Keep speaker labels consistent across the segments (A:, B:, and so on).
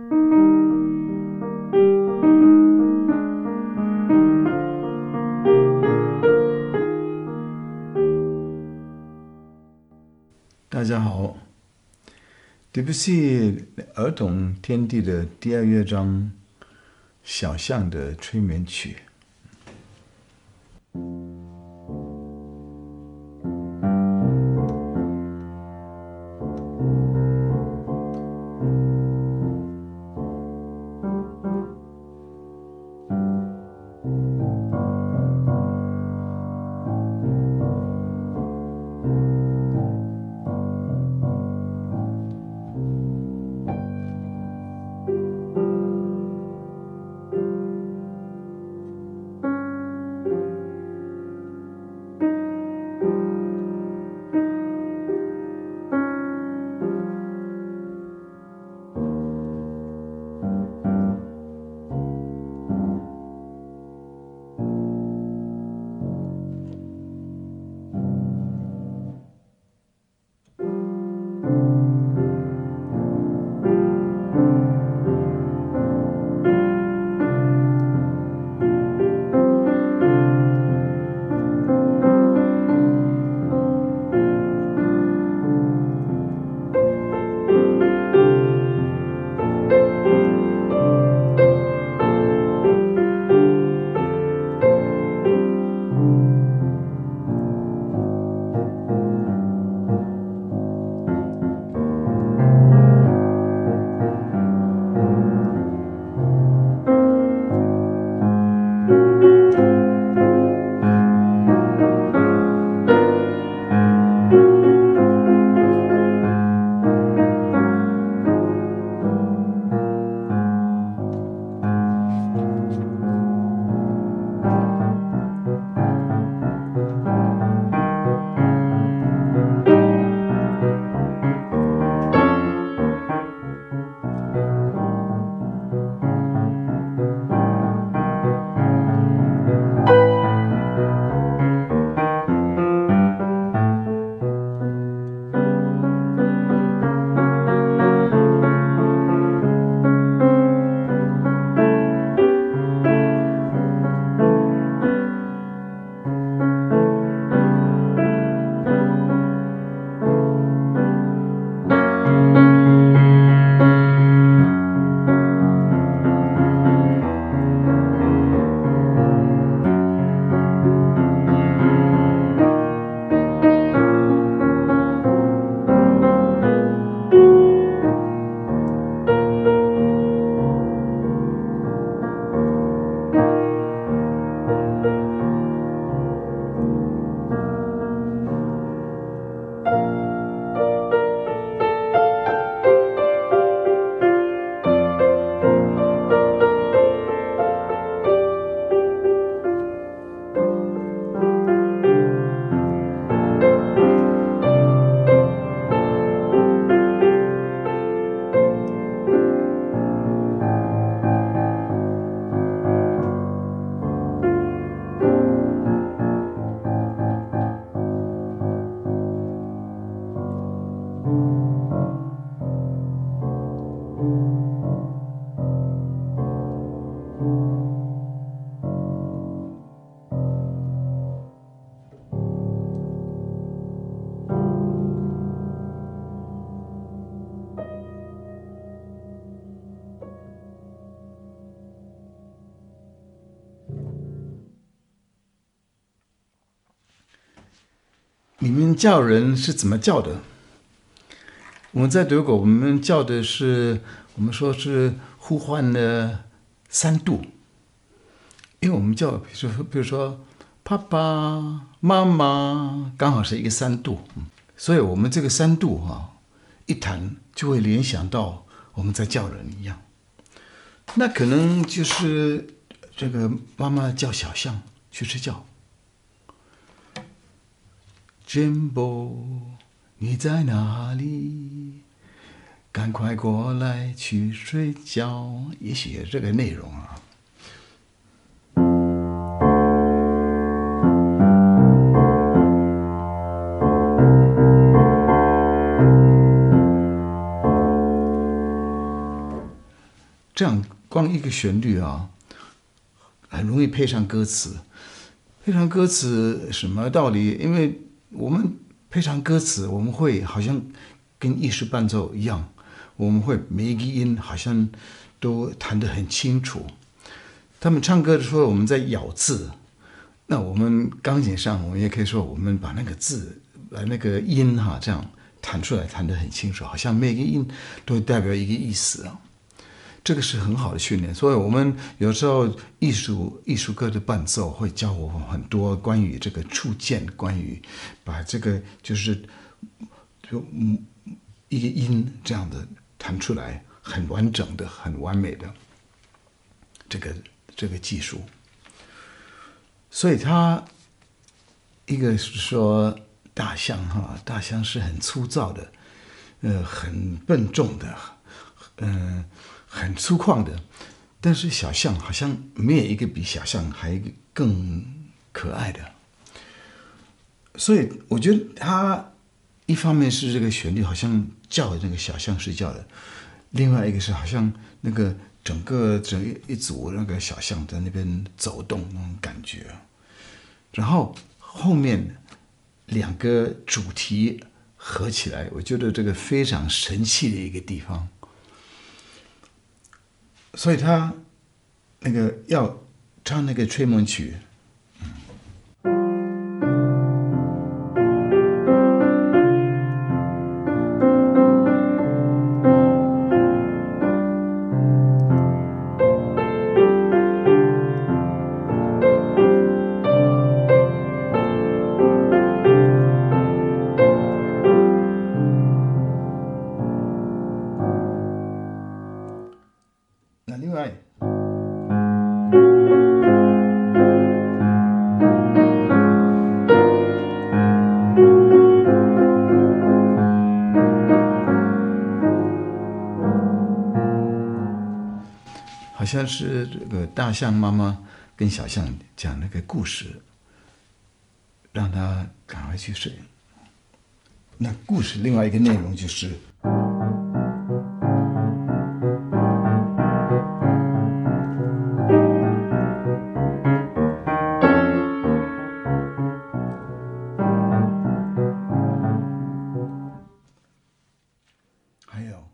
A: 大家好，德布西儿童天地的第2乐章小象的催眠曲。你们叫人是怎么叫的？我们在德国，我们叫的是，我们说是呼唤的3度，因为我们叫，比如说爸爸妈妈，刚好是一个3度，所以我们这个3度一弹就会联想到我们在叫人一样。那可能就是这个妈妈叫小象去睡觉。Jimbo， 你在哪里？赶快过来去睡觉。也许有这个内容啊。 这样光一个旋律啊，很容易配上歌词。配上歌词什么道理？因为我们配上歌词，我们会好像跟艺术伴奏一样，我们会每一个音好像都弹得很清楚。他们唱歌的时候，我们在咬字。那我们钢琴上，我们也可以说，我们把那个字、把那个音这样弹出来，弹得很清楚，好像每个音都代表一个意思啊。这个是很好的训练，所以我们有时候艺术歌的伴奏会教我很多关于这个触键，关于把这个就一个音这样的弹出来，很完整的、很完美的这个技术。所以他一个是说大象大象是很粗糙的，很笨重的，很粗犷的，但是小象好像没有一个比小象还更可爱的。所以我觉得他一方面是这个旋律好像叫的那个小象是叫的，另外一个是好像那个整一组那个小象在那边走动那种感觉。然后后面两个主题合起来，我觉得这个非常神奇的一个地方。所以他那个要唱那个吹梦曲，那另外好像是这个大象妈妈跟小象讲那个故事，让他赶快去睡。那故事另外一个内容就是，还有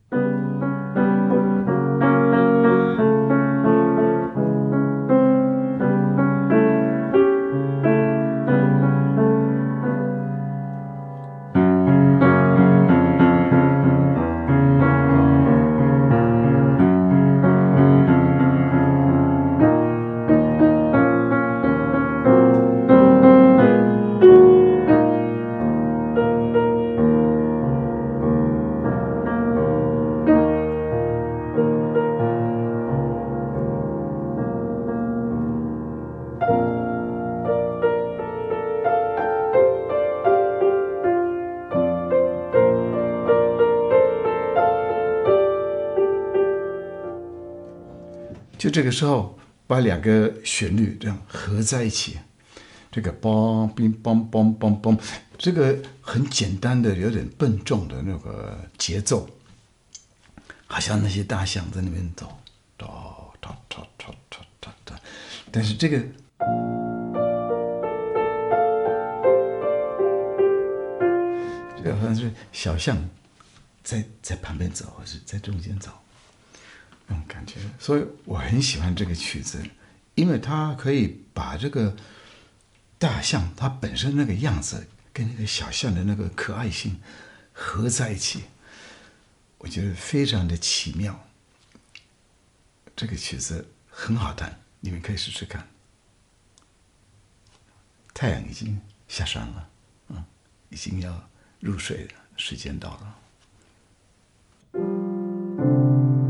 A: 就这个时候把两个旋律这样合在一起，这个梆冰梆梆梆梆，这个很简单的有点笨重的那个节奏，好像那些大象在那边走，哒哒哒哒哒哒哒，但是这个好像是小象在旁边走，或是在中间走。那种感觉，所以我很喜欢这个曲子，因为它可以把这个大象它本身那个样子跟那个小象的那个可爱性合在一起，我觉得非常的奇妙。这个曲子很好弹，你们可以试试看。太阳已经下山了，已经要入睡了，时间到了。